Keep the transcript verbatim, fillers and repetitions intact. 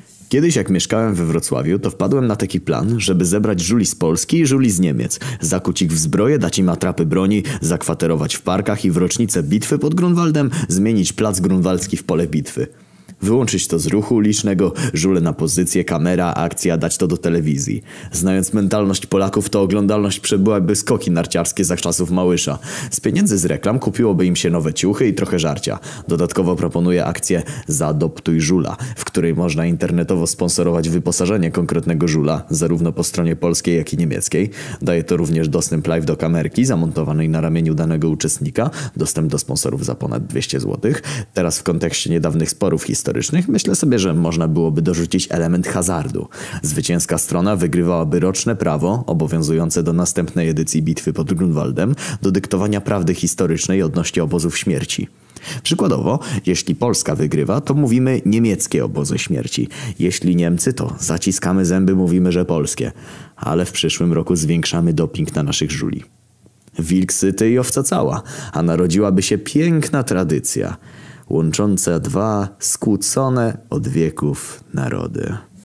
Kiedyś jak mieszkałem we Wrocławiu, to wpadłem na taki plan, żeby zebrać żuli z Polski i żuli z Niemiec, zakuć ich w zbroję, dać im atrapy broni, zakwaterować w parkach i w rocznicę bitwy pod Grunwaldem zmienić plac grunwaldzki w pole bitwy. Wyłączyć to z ruchu ulicznego, żule na pozycję, kamera, akcja, dać to do telewizji. Znając mentalność Polaków, to oglądalność przebyłaby skoki narciarskie za czasów Małysza. Z pieniędzy z reklam kupiłoby im się nowe ciuchy i trochę żarcia. Dodatkowo proponuję akcję Zaadoptuj żula, w której można internetowo sponsorować wyposażenie konkretnego żula, zarówno po stronie polskiej, jak i niemieckiej. Daje to również dostęp live do kamerki zamontowanej na ramieniu danego uczestnika, dostęp do sponsorów za ponad dwieście złotych. Teraz w kontekście niedawnych sporów historycznych myślę sobie, że można byłoby dorzucić element hazardu. Zwycięska strona wygrywałaby roczne prawo, obowiązujące do następnej edycji bitwy pod Grunwaldem, do dyktowania prawdy historycznej odnośnie obozów śmierci. Przykładowo, jeśli Polska wygrywa, to mówimy niemieckie obozy śmierci. Jeśli Niemcy, to zaciskamy zęby, mówimy, że polskie. Ale w przyszłym roku zwiększamy doping na naszych żuli. Wilk syty i owca cała, a narodziłaby się piękna tradycja łącząca dwa skłócone od wieków narody.